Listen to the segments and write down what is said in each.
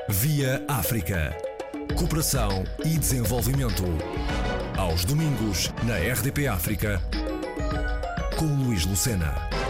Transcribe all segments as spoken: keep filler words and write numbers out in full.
Via África. Cooperação e desenvolvimento. Aos domingos, na R D P África, com Luís Lucena.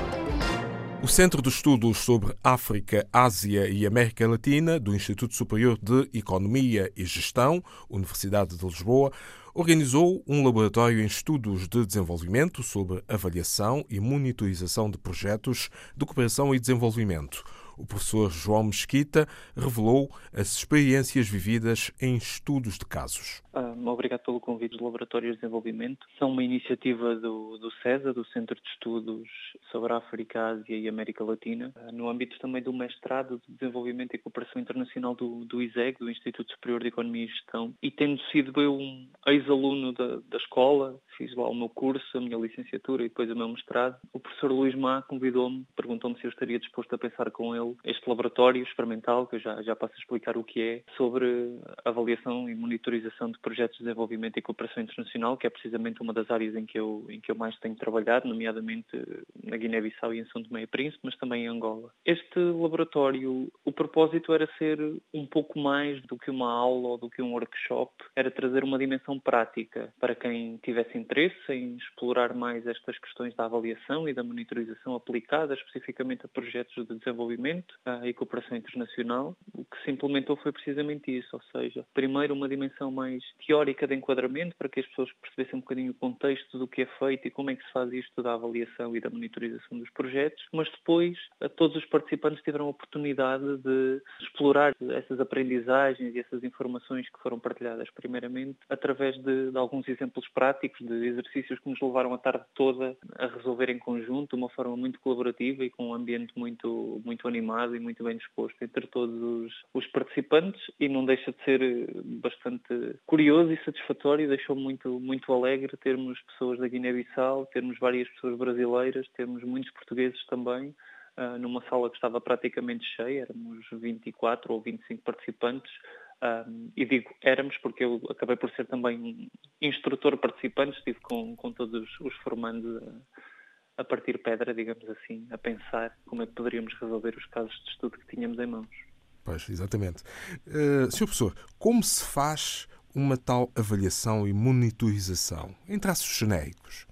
O Centro de Estudos sobre África, Ásia e América Latina, do Instituto Superior de Economia e Gestão, Universidade de Lisboa, organizou um laboratório em estudos de desenvolvimento sobre avaliação e monitorização de projetos de cooperação e desenvolvimento. O professor João Mesquita revelou as experiências vividas em estudos de casos. Um, obrigado pelo convite do Laboratório de Desenvolvimento. São uma iniciativa do, do CESA, do Centro de Estudos sobre África, Ásia e América Latina, no âmbito também do mestrado de Desenvolvimento e Cooperação Internacional do, do I S E G, do Instituto Superior de Economia e Gestão. E tendo sido eu um ex-aluno da, da escola, fiz lá o meu curso, a minha licenciatura e depois o meu mestrado, o professor Luís Má convidou-me, perguntou-me se eu estaria disposto a pensar com ele este laboratório experimental, que eu já, já passo a explicar o que é, sobre avaliação e monitorização de projetos de desenvolvimento e cooperação internacional, que é precisamente uma das áreas em que eu, em que eu mais tenho trabalhado, nomeadamente na Guiné-Bissau e em São Tomé e Príncipe, mas também em Angola. Este laboratório, o propósito era ser um pouco mais do que uma aula ou do que um workshop, era trazer uma dimensão prática para quem tivesse interesse em explorar mais estas questões da avaliação e da monitorização aplicada especificamente a projetos de desenvolvimento e cooperação internacional. O que se implementou foi precisamente isso, ou seja, primeiro uma dimensão mais teórica de enquadramento para que as pessoas percebessem um bocadinho o contexto do que é feito e como é que se faz isto da avaliação e da monitorização dos projetos, mas depois todos os participantes tiveram a oportunidade de explorar essas aprendizagens e essas informações que foram partilhadas primeiramente através de, de alguns exemplos práticos de exercícios que nos levaram a tarde toda a resolver em conjunto de uma forma muito colaborativa e com um ambiente muito, muito animado e muito bem disposto entre todos os, os participantes, e não deixa de ser bastante curioso e satisfatório, deixou muito, muito alegre termos pessoas da Guiné-Bissau, termos várias pessoas brasileiras, termos muitos portugueses também, uh, numa sala que estava praticamente cheia, éramos vinte e quatro ou vinte e cinco participantes, um, e digo éramos porque eu acabei por ser também um instrutor participante, estive com, com todos os formandos a, a partir pedra, digamos assim, a pensar como é que poderíamos resolver os casos de estudo que tínhamos em mãos. Pois, exatamente. Uh, senhor Professor, como se faz uma tal avaliação e monitorização, em traços genéricos?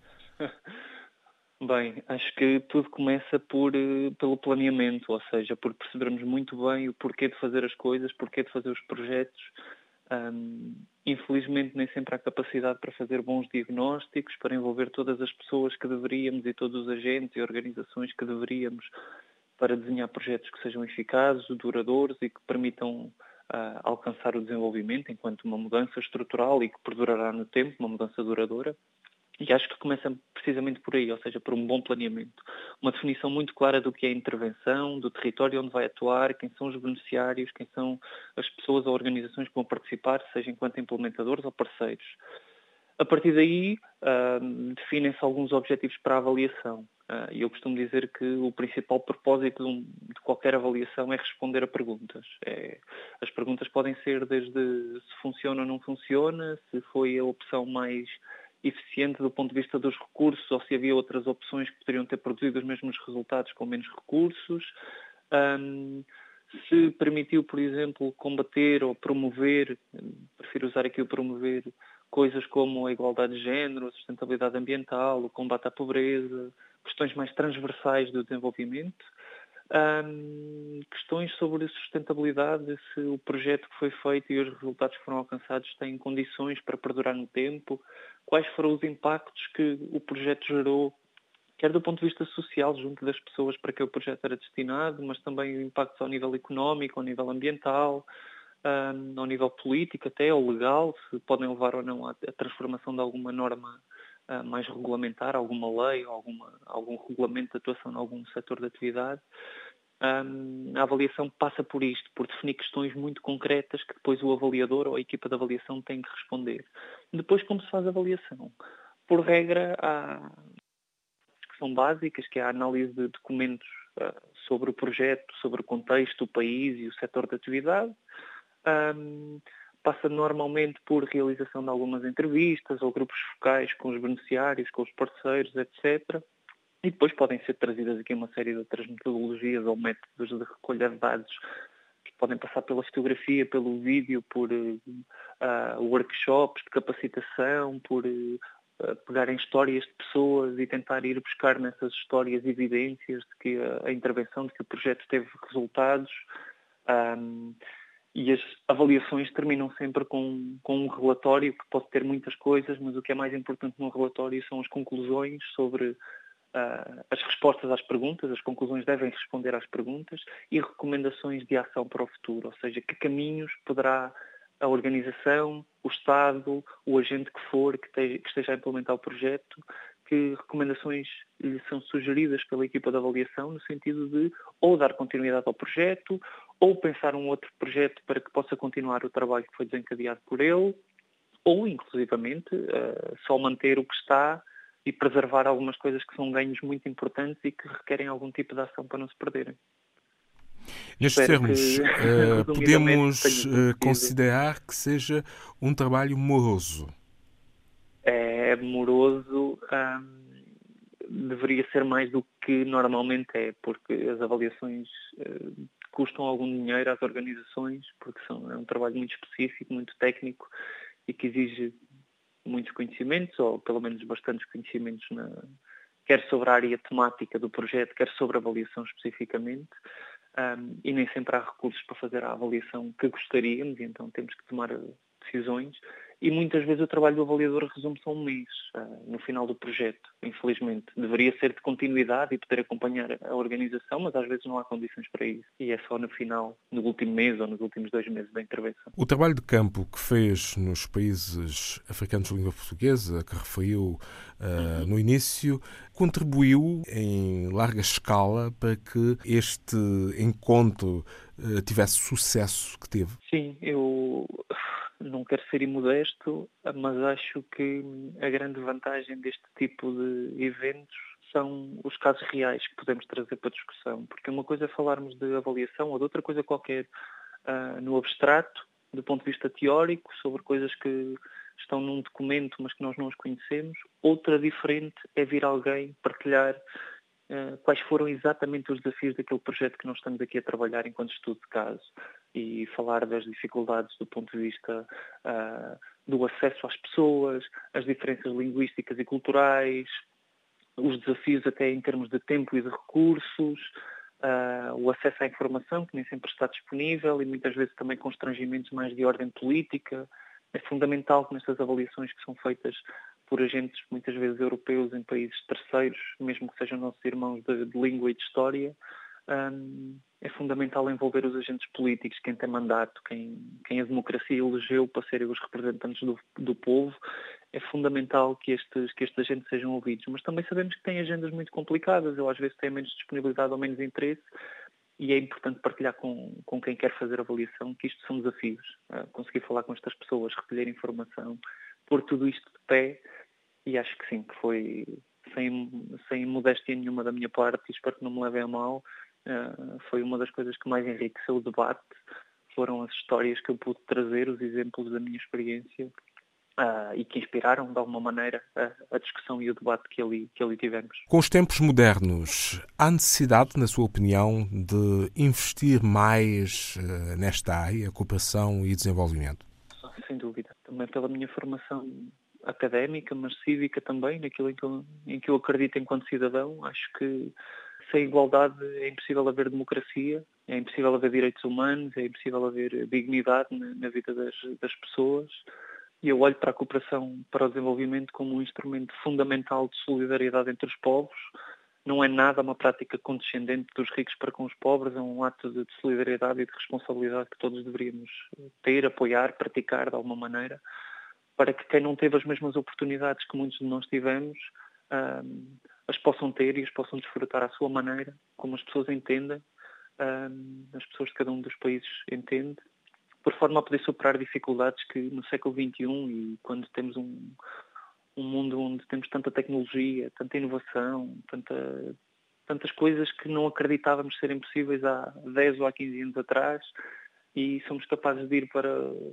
Bem, acho que tudo começa por, pelo planeamento, ou seja, por percebermos muito bem o porquê de fazer as coisas, porquê de fazer os projetos. Um, infelizmente nem sempre há capacidade para fazer bons diagnósticos, para envolver todas as pessoas que deveríamos e todos os agentes e organizações que deveríamos para desenhar projetos que sejam eficazes, duradouros e que permitam Uh, alcançar o desenvolvimento enquanto uma mudança estrutural e que perdurará no tempo, uma mudança duradoura. E acho que começa precisamente por aí, ou seja, por um bom planeamento. Uma definição muito clara do que é a intervenção, do território onde vai atuar, quem são os beneficiários, quem são as pessoas ou organizações que vão participar, seja enquanto implementadores ou parceiros. A partir daí, uh, definem-se alguns objetivos para a avaliação. E uh, eu costumo dizer que o principal propósito de, um, de qualquer avaliação é responder a perguntas. É, as perguntas podem ser desde se funciona ou não funciona, se foi a opção mais eficiente do ponto de vista dos recursos ou se havia outras opções que poderiam ter produzido os mesmos resultados com menos recursos. Um, se permitiu, por exemplo, combater ou promover, prefiro usar aqui o promover, coisas como a igualdade de género, a sustentabilidade ambiental, o combate à pobreza, questões mais transversais do desenvolvimento, um, questões sobre sustentabilidade, se o projeto que foi feito e os resultados que foram alcançados têm condições para perdurar no tempo, quais foram os impactos que o projeto gerou, quer do ponto de vista social, junto das pessoas para que o projeto era destinado, mas também impactos ao nível económico, ao nível ambiental, um, ao nível político até, ou legal, se podem levar ou não à transformação de alguma norma uh, mais regulamentar, alguma lei, ou alguma, algum regulamento de atuação em algum setor de atividade. Um, a avaliação passa por isto, por definir questões muito concretas que depois o avaliador ou a equipa de avaliação tem que responder. Depois, como se faz a avaliação? Por regra, há que são básicas, que é a análise de documentos uh, sobre o projeto, sobre o contexto, o país e o setor de atividade. Um, passa normalmente por realização de algumas entrevistas ou grupos focais com os beneficiários, com os parceiros, etcétera. E depois podem ser trazidas aqui uma série de outras metodologias ou métodos de recolha de dados que podem passar pela fotografia, pelo vídeo, por uh, workshops de capacitação, por uh, pegarem histórias de pessoas e tentar ir buscar nessas histórias evidências de que a, a intervenção, de que o projeto teve resultados. Um, e as avaliações terminam sempre com, com um relatório que pode ter muitas coisas, mas o que é mais importante num relatório são as conclusões sobre uh, as respostas às perguntas. As conclusões devem responder às perguntas e recomendações de ação para o futuro, ou seja, que caminhos poderá a organização, o Estado, o agente que for, que, te, que esteja a implementar o projeto, que recomendações lhe são sugeridas pela equipa de avaliação no sentido de ou dar continuidade ao projeto, ou pensar um outro projeto para que possa continuar o trabalho que foi desencadeado por ele, ou, inclusivamente, uh, só manter o que está e preservar algumas coisas que são ganhos muito importantes e que requerem algum tipo de ação para não se perderem. Nestes Espero termos, que, uh, podemos uh, tenha considerar que seja um trabalho moroso. É moroso, hum, deveria ser mais do que normalmente é, porque as avaliações uh, custam algum dinheiro às organizações, porque são, é um trabalho muito específico, muito técnico e que exige muitos conhecimentos, ou pelo menos bastantes conhecimentos, na, quer sobre a área temática do projeto, quer sobre a avaliação especificamente. Um, e nem sempre há recursos para fazer a avaliação que gostaríamos, e então temos que tomar decisões. E muitas vezes o trabalho do avaliador resume-se a um mês, uh, no final do projeto, infelizmente. Deveria ser de continuidade e poder acompanhar a organização, mas às vezes não há condições para isso. E é só no final, no último mês ou nos últimos dois meses da intervenção. O trabalho de campo que fez nos países africanos de língua portuguesa, que referiu uh, uhum. no início, contribuiu em larga escala para que este encontro uh, tivesse o sucesso que teve? Sim, eu não quero ser imodesto, mas acho que a grande vantagem deste tipo de eventos são os casos reais que podemos trazer para a discussão. Porque uma coisa é falarmos de avaliação ou de outra coisa qualquer uh, no abstrato, do ponto de vista teórico, sobre coisas que estão num documento, mas que nós não os conhecemos. Outra diferente é vir alguém partilhar uh, quais foram exatamente os desafios daquele projeto que nós estamos aqui a trabalhar enquanto estudo de caso. E falar das dificuldades do ponto de vista uh, do acesso às pessoas, as diferenças linguísticas e culturais, os desafios até em termos de tempo e de recursos, uh, o acesso à informação, que nem sempre está disponível, e muitas vezes também constrangimentos mais de ordem política. É fundamental que nestas avaliações que são feitas por agentes, muitas vezes europeus, em países terceiros, mesmo que sejam nossos irmãos de, de língua e de história, um, é fundamental envolver os agentes políticos, quem tem mandato, quem, quem a democracia elegeu para serem os representantes do, do povo. É fundamental que estes, que estes agentes sejam ouvidos. Mas também sabemos que têm agendas muito complicadas, ou às vezes têm menos disponibilidade ou menos interesse, e é importante partilhar com, com quem quer fazer avaliação que isto são desafios. Uh, conseguir falar com estas pessoas, recolher informação, pôr tudo isto de pé, e acho que sim, que foi sem, sem modéstia nenhuma da minha parte, e espero que não me levem a mal. Uh, foi uma das coisas que mais enriqueceu o debate, foram as histórias que eu pude trazer, os exemplos da minha experiência, uh, e que inspiraram de alguma maneira a, a discussão e o debate que ali, que ali tivemos. Com os tempos modernos, há necessidade, na sua opinião, de investir mais uh, nesta área, cooperação e desenvolvimento? Sem dúvida. Também pela minha formação académica, mas cívica também, naquilo em que eu, em que eu acredito enquanto cidadão. Acho que sem igualdade é impossível haver democracia, é impossível haver direitos humanos, é impossível haver dignidade na, na vida das, das pessoas. E eu olho para a cooperação para o desenvolvimento como um instrumento fundamental de solidariedade entre os povos. Não é nada uma prática condescendente dos ricos para com os pobres, é um ato de solidariedade e de responsabilidade que todos deveríamos ter, apoiar, praticar de alguma maneira, para que quem não teve as mesmas oportunidades que muitos de nós tivemos, um, as possam ter e as possam desfrutar à sua maneira, como as pessoas entendem, um, as pessoas de cada um dos países entendem, por forma a poder superar dificuldades que no século vinte e um, e quando temos um, um mundo onde temos tanta tecnologia, tanta inovação, tanta, tantas coisas que não acreditávamos serem possíveis há dez ou há quinze anos atrás, e somos capazes de ir para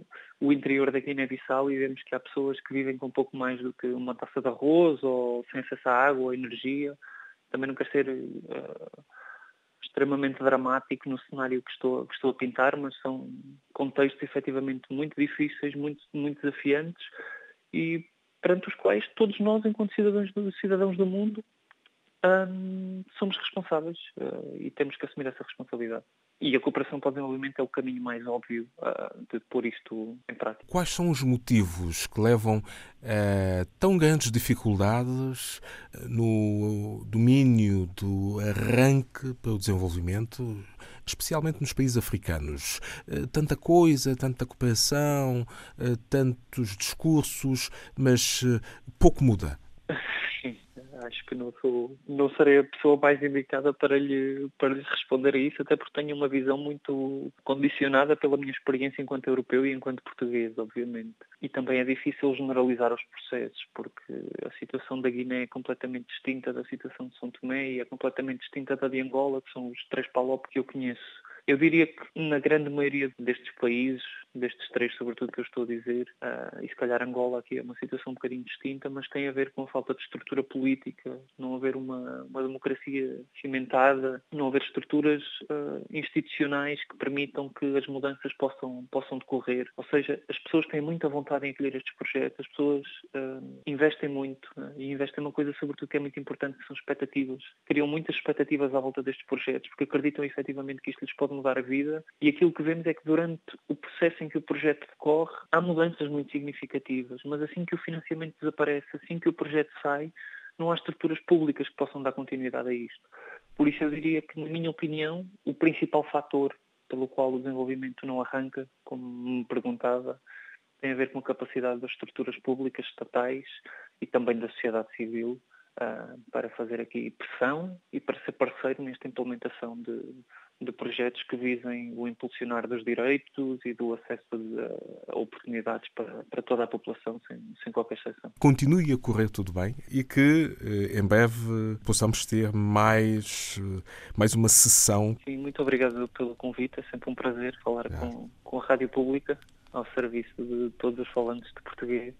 o interior da Guiné-Bissau e vemos que há pessoas que vivem com pouco mais do que uma taça de arroz, ou sem acesso à água ou energia. Também não quero ser uh, extremamente dramático no cenário que estou, que estou a pintar, mas são contextos efetivamente muito difíceis, muito, muito desafiantes e perante os quais todos nós, enquanto cidadãos do, cidadãos do mundo, hum, somos responsáveis uh, e temos que assumir essa responsabilidade. E a cooperação para o desenvolvimento é o caminho mais óbvio uh, de pôr isto em prática. Quais são os motivos que levam a tão grandes dificuldades no domínio do arranque para o desenvolvimento, especialmente nos países africanos? Tanta coisa, tanta cooperação, tantos discursos, mas pouco muda. Acho que não, sou, não serei a pessoa mais indicada para lhe, para lhe responder a isso, até porque tenho uma visão muito condicionada pela minha experiência enquanto europeu e enquanto português, obviamente. E também é difícil generalizar os processos, porque a situação da Guiné é completamente distinta da situação de São Tomé e é completamente distinta da de Angola, que são os três PALOP que eu conheço. Eu diria que na grande maioria destes países, destes três sobretudo que eu estou a dizer, uh, e se calhar Angola aqui é uma situação um bocadinho distinta, mas tem a ver com a falta de estrutura política, não haver uma, uma democracia cimentada, não haver estruturas uh, institucionais que permitam que as mudanças possam, possam decorrer. Ou seja, as pessoas têm muita vontade em acolher estes projetos, as pessoas uh, investem muito uh, e investem numa coisa sobretudo que é muito importante, que são expectativas. Criam muitas expectativas à volta destes projetos, porque acreditam efetivamente que isto lhes pode mudar a vida e aquilo que vemos é que durante o processo em que o projeto decorre há mudanças muito significativas, mas assim que o financiamento desaparece, assim que o projeto sai, não há estruturas públicas que possam dar continuidade a isto. Por isso eu diria que, na minha opinião, o principal fator pelo qual o desenvolvimento não arranca, como me perguntava, tem a ver com a capacidade das estruturas públicas, estatais e também da sociedade civil uh, para fazer aqui pressão e para ser parceiro nesta implementação de de projetos que visem o impulsionar dos direitos e do acesso a, a oportunidades para, para toda a população, sem, sem qualquer exceção. Continue a correr tudo bem e que em breve possamos ter mais, mais uma sessão. Sim, muito obrigado pelo convite, é sempre um prazer falar é. com, com a Rádio Pública, ao serviço de todos os falantes de português.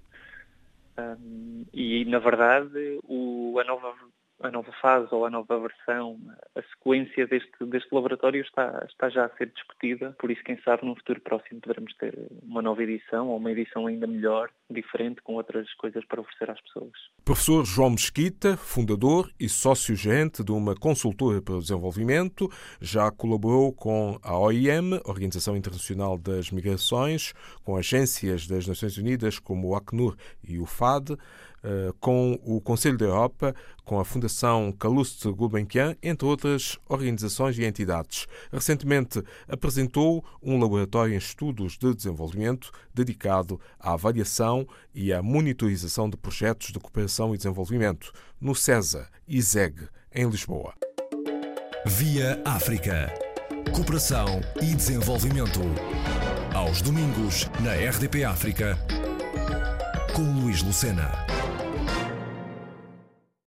Um, e, na verdade, o, a nova... a nova fase ou a nova versão, a sequência deste, deste laboratório está, está já a ser discutida, por isso, quem sabe, num futuro próximo poderemos ter uma nova edição ou uma edição ainda melhor, diferente, com outras coisas para oferecer às pessoas. Professor João Mesquita, fundador e sócio-gerente de uma consultora para o desenvolvimento, já colaborou com a O I M, Organização Internacional das Migrações, com agências das Nações Unidas como o Acnur e o F A D, com o Conselho da Europa, com a Fundação Calouste Gulbenkian, entre outras organizações e entidades. Recentemente apresentou um laboratório em estudos de desenvolvimento dedicado à avaliação e à monitorização de projetos de cooperação e desenvolvimento no SESA I S E G, em Lisboa. Via África. Cooperação e desenvolvimento. Aos domingos, na R D P África, com Luís Lucena.